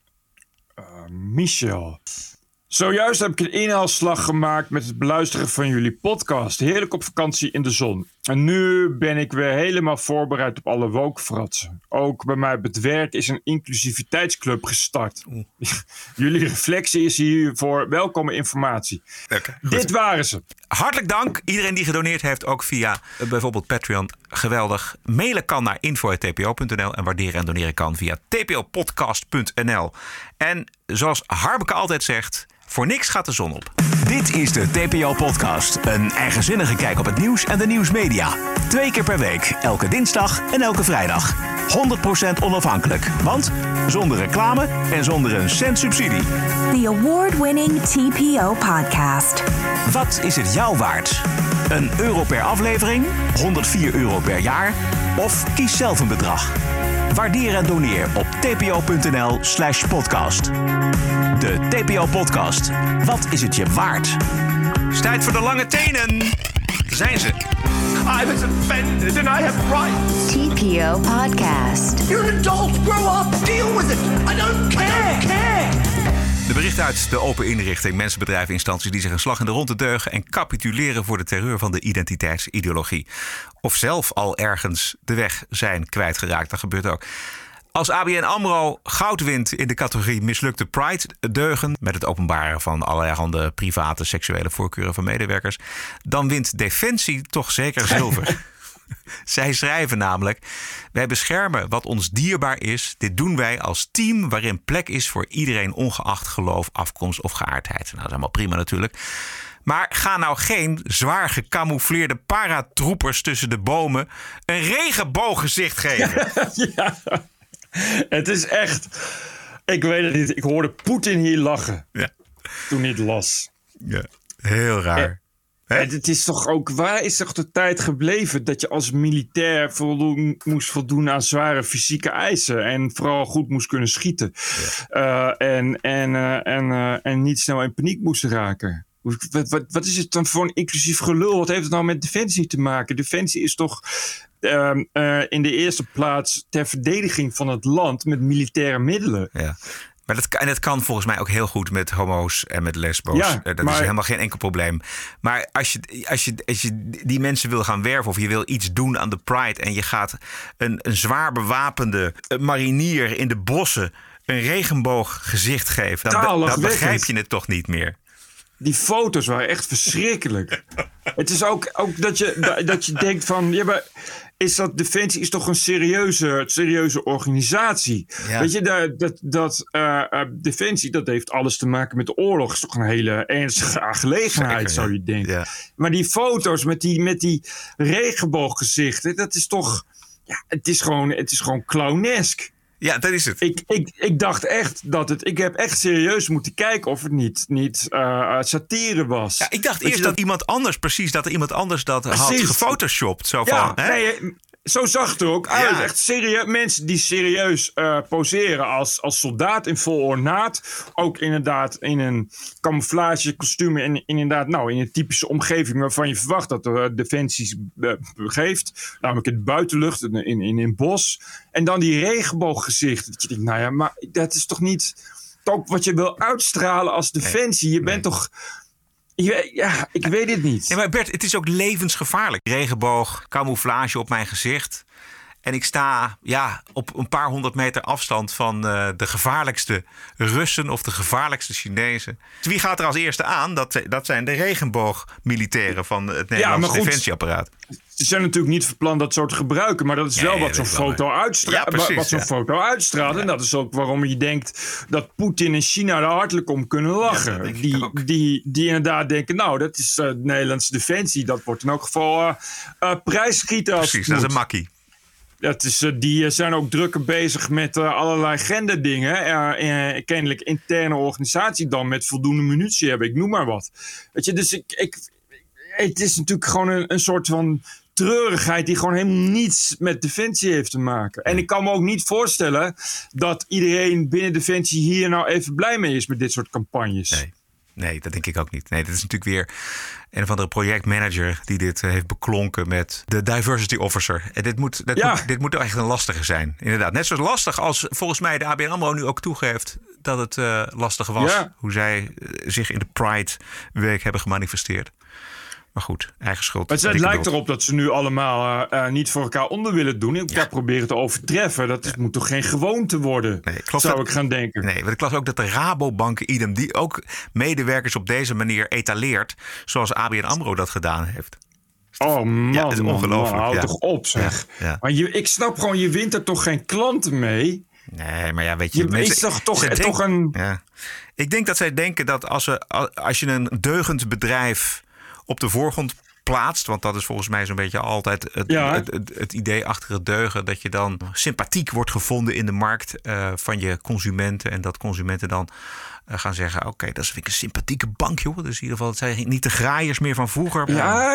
Michel. Zojuist heb ik een inhaalslag gemaakt met het beluisteren van jullie podcast. Heerlijk op vakantie in de zon. En nu ben ik weer helemaal voorbereid op alle woke-fratsen. Ook bij mij op het werk is een inclusiviteitsclub gestart. Jullie reflectie is hiervoor welkome informatie. Okay, dit waren ze. Hartelijk dank. Iedereen die gedoneerd heeft, ook via bijvoorbeeld Patreon. Geweldig. Mailen kan naar info@tpo.nl en waarderen en doneren kan via tpopodcast.nl. En zoals Harbeke altijd zegt, voor niks gaat de zon op. Dit is de TPO-podcast. Een eigenzinnige kijk op het nieuws en de nieuwsmedia. 2 keer per week, elke dinsdag en elke vrijdag. 100% onafhankelijk, want zonder reclame en zonder een cent subsidie. The award-winning TPO podcast. Wat is het jou waard? €1 per aflevering, €104 per jaar of kies zelf een bedrag. Waardeer en doneer op tpo.nl/podcast. De TPO-podcast. Wat is het je waard? Het is tijd voor de lange tenen. Daar zijn ze. I was offended and I have rights. TPO Podcast. You're an adult. Grow up. Deal with it. I don't care. De berichten uit de open inrichting, mensen, bedrijven, instanties die zich een slag in de ronde deugen en capituleren voor de terreur van de identiteitsideologie. Of zelf al ergens de weg zijn kwijtgeraakt. Dat gebeurt ook. Als ABN AMRO goud wint in de categorie mislukte Pride-deugen, met het openbaren van allerhande private seksuele voorkeuren van medewerkers, dan wint Defensie toch zeker zilver. Zij schrijven namelijk: wij beschermen wat ons dierbaar is. Dit doen wij als team waarin plek is voor iedereen ongeacht geloof, afkomst of geaardheid. Nou, dat is allemaal prima natuurlijk. Maar ga nou geen zwaar gecamoufleerde paratroepers tussen de bomen een regenbooggezicht geven. Ja, het is echt... Ik weet het niet. Ik hoorde Poetin hier lachen toen hij het las. Ja, heel raar. Het is toch ook... Waar is toch de tijd gebleven dat je als militair moest voldoen aan zware fysieke eisen en vooral goed moest kunnen schieten en niet snel in paniek moest raken? Wat is het dan voor een inclusief gelul? Wat heeft het nou met defensie te maken? Defensie is toch in de eerste plaats ter verdediging van het land met militaire middelen. Ja. Maar dat kan volgens mij ook heel goed met homo's en met lesbo's. Ja, dat is helemaal geen enkel probleem. Maar als je die mensen wil gaan werven of je wil iets doen aan de Pride en je gaat een zwaar bewapende marinier in de bossen een regenbooggezicht geven, dan begrijp je het toch niet meer. Die foto's waren echt verschrikkelijk. Het is ook dat je denkt van... Ja, maar Defensie is toch een serieuze organisatie. Ja. Weet je, Defensie, dat heeft alles te maken met de oorlog. Dat is toch een hele ernstige aangelegenheid, zeker, zou je denken. Ja. Maar die foto's met die regenbooggezichten, dat is toch... Ja, het is gewoon clownesk. Ja, dat is het. Ik dacht echt dat het... Ik heb echt serieus moeten kijken of het niet satire was. Ja, ik dacht eerst dat iemand anders dat had gefotoshopt. Zo van, hè? Nee, zo zag het er ook uit. Ja. Echt serieus, mensen die serieus poseren als soldaat in vol ornaat. Ook inderdaad in een camouflagekostuum. En inderdaad in een typische omgeving waarvan je verwacht dat de Defensie begeeft. Namelijk in de buitenlucht, in een bos. En dan die regenbooggezicht. Dat je denkt, nou ja, maar dat is toch niet ook wat je wil uitstralen als Defensie. Je bent toch... Ja, ik weet het niet. Ja, maar Bert, het is ook levensgevaarlijk. Regenboog, camouflage op mijn gezicht. En ik sta op een paar 100 meter afstand van de gevaarlijkste Russen of de gevaarlijkste Chinezen. Wie gaat er als eerste aan? Dat zijn de regenboogmilitairen van het Nederlandse defensieapparaat. Ze zijn natuurlijk niet van plan dat zo te gebruiken, maar dat is wel wat zo'n foto uitstraalt. Foto uitstraalt. En dat is ook waarom je denkt dat Poetin en China er hartelijk om kunnen lachen. Die inderdaad denken, nou, dat is de Nederlandse defensie. Dat wordt in elk geval prijsschieten. Precies, dat is een makkie. Die zijn ook drukker bezig met allerlei genderdingen. Kennelijk interne organisatie dan met voldoende munitie hebben. Ik noem maar wat. Weet je, dus het is natuurlijk gewoon een soort van treurigheid die gewoon helemaal niets met Defensie heeft te maken. En ik kan me ook niet voorstellen dat iedereen binnen Defensie hier nou even blij mee is met dit soort campagnes. Nee, dat denk ik ook niet. Nee, dat is natuurlijk weer een of andere projectmanager die dit heeft beklonken met de diversity officer. En dit moet echt een lastige zijn. Inderdaad, net zo lastig als volgens mij de ABN AMRO nu ook toegeeft dat het lastig was. Ja. Hoe zij zich in de Pride Week hebben gemanifesteerd. Maar goed, eigen schuld. Het lijkt erop dat ze nu allemaal niet voor elkaar onder willen doen. En elkaar proberen te overtreffen. Dat moet toch geen gewoonte worden, zou ik gaan denken. Nee, want ik las ook dat de Rabobank idem die ook medewerkers op deze manier etaleert. Zoals ABN AMRO dat gedaan heeft. Oh man, dat is ongelooflijk. Houd toch op zeg. Ja. Maar ik snap gewoon, je wint er toch geen klanten mee? Nee, maar ja, weet je... is toch een... Ja. Ik denk dat zij denken dat als je een deugend bedrijf op de voorgrond plaatst, want dat is volgens mij zo'n beetje altijd het idee achter het deugen, dat je dan sympathiek wordt gevonden in de markt van je consumenten en dat consumenten dan gaan zeggen, oké, dat vind ik een sympathieke bank, joh. Dus in ieder geval, het zijn niet de graaiers meer van vroeger.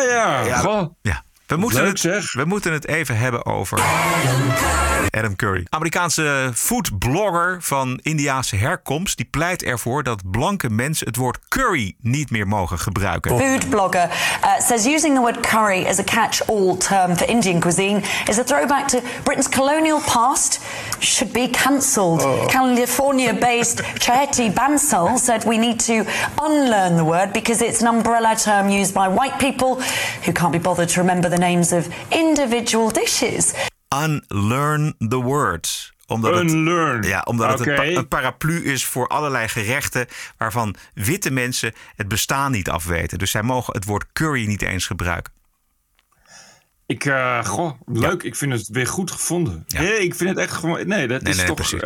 Ja. We moeten het even hebben over Adam Curry. Amerikaanse foodblogger van Indiase herkomst. Die pleit ervoor dat blanke mensen het woord curry niet meer mogen gebruiken. Food blogger says using the word curry as a catch-all term for Indian cuisine is a throwback to Britain's colonial past. Should be cancelled. California-based Chetty Bansal said we need to unlearn the word because it's an umbrella term used by white people who can't be bothered to remember the names of individual dishes. Unlearn the word. Omdat het een paraplu is voor allerlei gerechten waarvan witte mensen het bestaan niet afweten. Dus zij mogen het woord curry niet eens gebruiken. Leuk. Ik vind het weer goed gevonden. Ja. Nee, ik vind het echt gewoon... Nee, dat is toch... Precies.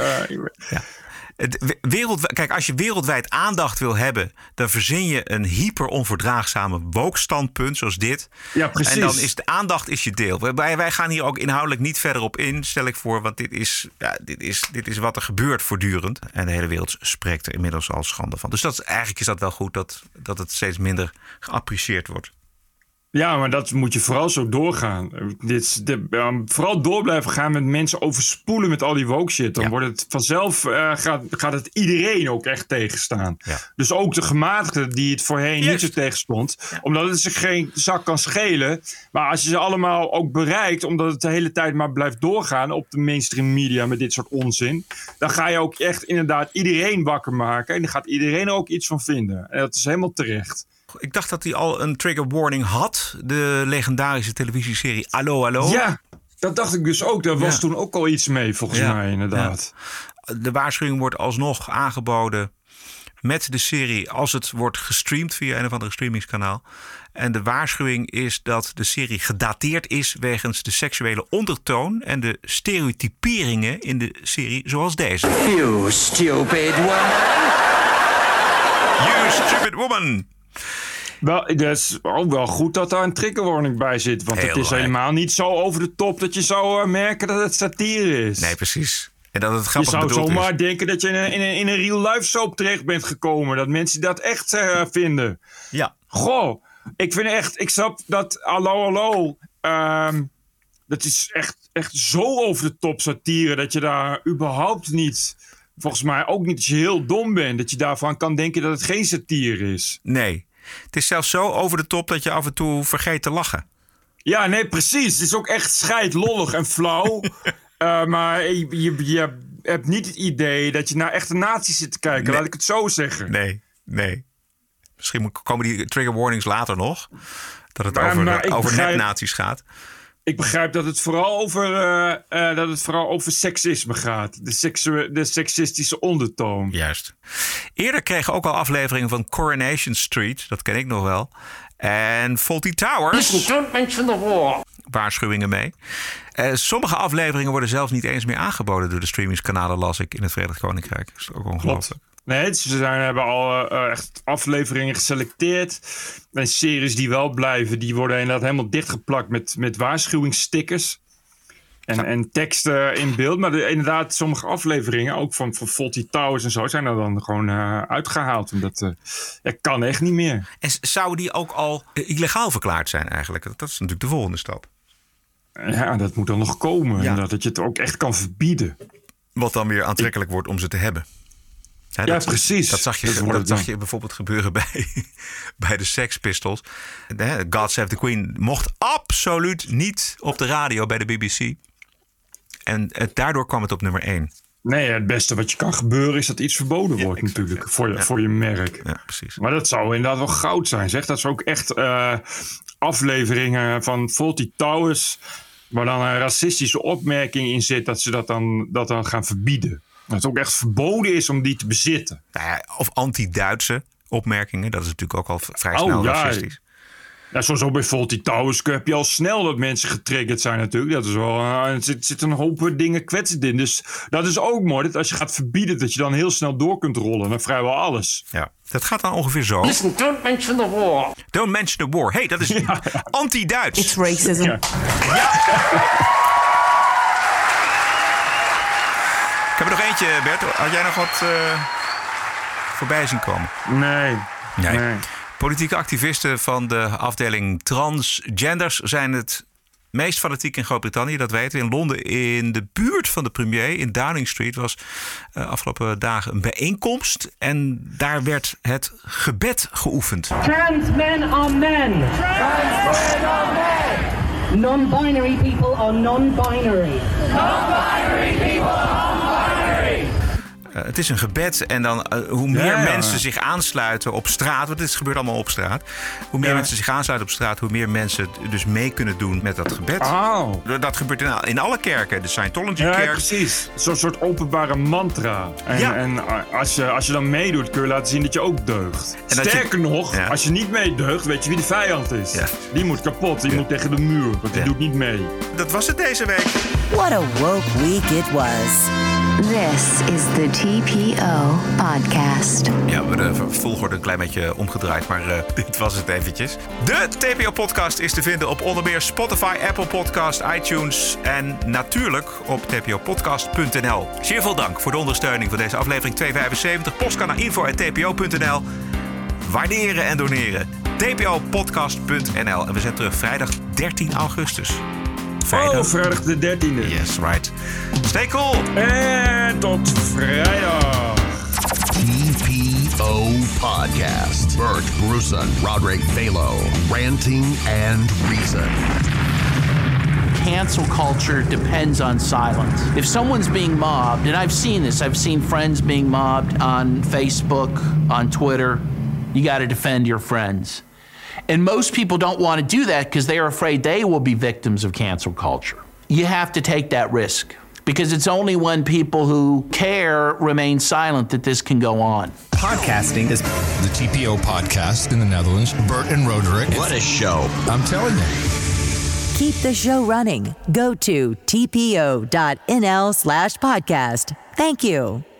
Kijk, als je wereldwijd aandacht wil hebben, dan verzin je een hyper onverdraagzame woke standpunt zoals dit. Ja, precies. En dan is de aandacht je deel. Wij gaan hier ook inhoudelijk niet verder op in, stel ik voor, want dit is wat er gebeurt voortdurend. En de hele wereld spreekt er inmiddels al schande van. Dus eigenlijk is dat wel goed dat het steeds minder geapprecieerd wordt. Ja, maar dat moet je vooral zo doorgaan. Vooral door blijven gaan met mensen overspoelen met al die woke shit. Dan wordt het vanzelf, gaat het iedereen ook echt tegenstaan. Ja. Dus ook de gematigden die het voorheen niet zo tegenstond. Ja. Omdat het ze geen zak kan schelen. Maar als je ze allemaal ook bereikt, omdat het de hele tijd maar blijft doorgaan op de mainstream media met dit soort onzin. Dan ga je ook echt inderdaad iedereen wakker maken. En daar gaat iedereen ook iets van vinden. En dat is helemaal terecht. Ik dacht dat hij al een trigger warning had. De legendarische televisieserie Allo Allo. Ja, dat dacht ik dus ook. Daar was toen ook al iets mee, volgens mij inderdaad. Ja. De waarschuwing wordt alsnog aangeboden met de serie als het wordt gestreamd via een of andere streamingskanaal. En de waarschuwing is dat de serie gedateerd is wegens de seksuele ondertoon en de stereotyperingen in de serie zoals deze. You stupid woman. You stupid woman. Wel, het is ook wel goed dat daar een trigger warning bij zit. Want het is helemaal niet zo over de top dat je zou merken dat het satire is. Nee, precies. En dat het grappig bedoeld is. Je zou zomaar denken dat je in een real life soap terecht bent gekomen. Dat mensen dat echt vinden. Ja. Goh, ik vind echt... Ik snap dat Allo Allo... dat is echt zo over de top satire dat je daar überhaupt niet... Volgens mij ook niet als je heel dom bent. Dat je daarvan kan denken dat het geen satire is. Nee. Het is zelfs zo over de top dat je af en toe vergeet te lachen. Ja, nee, precies. Het is ook echt scheidlollig en flauw. Maar je hebt niet het idee dat je naar echte nazi's zit te kijken. Nee. Laat ik het zo zeggen. Nee. Misschien komen die trigger warnings later nog. Dat het over net-nazi's gaat. Ik begrijp dat het vooral over seksisme gaat. De seksistische ondertoon. Juist. Eerder kregen ook al afleveringen van Coronation Street. Dat ken ik nog wel. En Fawlty Towers. Don't mention the war. Waarschuwingen mee. Sommige afleveringen worden zelfs niet eens meer aangeboden door de streamingskanalen, las ik in het Verenigd Koninkrijk. Dat is ook ongelooflijk. Nee, ze hebben al echt afleveringen geselecteerd. En series die wel blijven, die worden inderdaad helemaal dichtgeplakt met waarschuwingsstickers. En teksten in beeld. Maar inderdaad, sommige afleveringen, ook van Fawlty Towers en zo, zijn er dan gewoon uitgehaald. En dat kan echt niet meer. En zouden die ook al illegaal verklaard zijn eigenlijk? Dat is natuurlijk de volgende stap. Ja, dat moet dan nog komen. Ja. Dat je het ook echt kan verbieden. Wat dan weer aantrekkelijk wordt om ze te hebben. Ja, precies. Dat zag je bijvoorbeeld gebeuren bij de Sex Pistols. God Save the Queen mocht absoluut niet op de radio bij de BBC. En daardoor kwam het op nummer 1. Nee, het beste wat je kan gebeuren is dat iets verboden wordt natuurlijk. Voor je merk. Ja, precies. Maar dat zou inderdaad wel goud zijn. Zeg. Dat is ook echt afleveringen van Fawlty Towers, waar dan een racistische opmerking in zit, dat ze dat dan gaan verbieden. Dat het ook echt verboden is om die te bezitten. Nou ja, of anti-Duitse opmerkingen. Dat is natuurlijk ook al vrij snel racistisch. Ja, sowieso bij Fawlty Towers heb je al snel dat mensen getriggerd zijn natuurlijk. Dat is wel, er zit een hoop dingen kwetsend in. Dus dat is ook mooi, dat als je gaat verbieden, dat je dan heel snel door kunt rollen naar vrijwel alles. Ja, dat gaat dan ongeveer zo. Listen, don't mention the war. Don't mention the war. Hey, dat is anti-Duits. It's racism. Ja. Ik heb er nog eentje, Bert. Had jij nog wat voorbij zien komen? Nee. Politieke activisten van de afdeling transgenders zijn het meest fanatiek in Groot-Brittannië. Dat weten we. In Londen, in de buurt van de premier, in Downing Street, was afgelopen dagen een bijeenkomst. En daar werd het gebed geoefend. Trans men are men. Trans men are men. Non-binary people are non-binary. Non-binary people are non-binary. Het is een gebed. En dan hoe meer mensen zich aansluiten op straat... want dit gebeurt allemaal op straat. Hoe meer mensen zich aansluiten op straat... hoe meer mensen dus mee kunnen doen met dat gebed. Oh. Dat gebeurt in alle kerken. De Scientology-kerk. Ja, precies. Zo'n soort openbare mantra. En als je dan meedoet, kun je laten zien dat je ook deugt. En sterker nog, als je niet meedeugt, weet je wie de vijand is. Ja. Die moet kapot. Die moet tegen de muur. Want die doet niet mee. Dat was het deze week. What a woke week it was. This is the TPO podcast. Ja, we hebben de volgorde een klein beetje omgedraaid, maar dit was het eventjes. De TPO-podcast is te vinden op onder meer Spotify, Apple Podcast, iTunes en natuurlijk op tpopodcast.nl. Zeer veel dank voor de ondersteuning van deze aflevering 275. Post kan naar info@tpo.nl. Waarderen en doneren. tpopodcast.nl. En we zijn terug vrijdag 13 augustus. Vrijdag de 13e. Yes, right. Stay cool. En tot vrijdag. TPO Podcast. Bert Brussen, Roderick Balo, Ranting and Reason. Cancel culture depends on silence. If someone's being mobbed, and I've seen this, I've seen friends being mobbed on Facebook, on Twitter, you got to defend your friends. And most people don't want to do that because they're afraid they will be victims of cancel culture. You have to take that risk because it's only when people who care remain silent that this can go on. Podcasting is the TPO podcast in the Netherlands. Bert and Roderick. What a show. I'm telling you. Keep the show running. Go to tpo.nl/podcast. Thank you.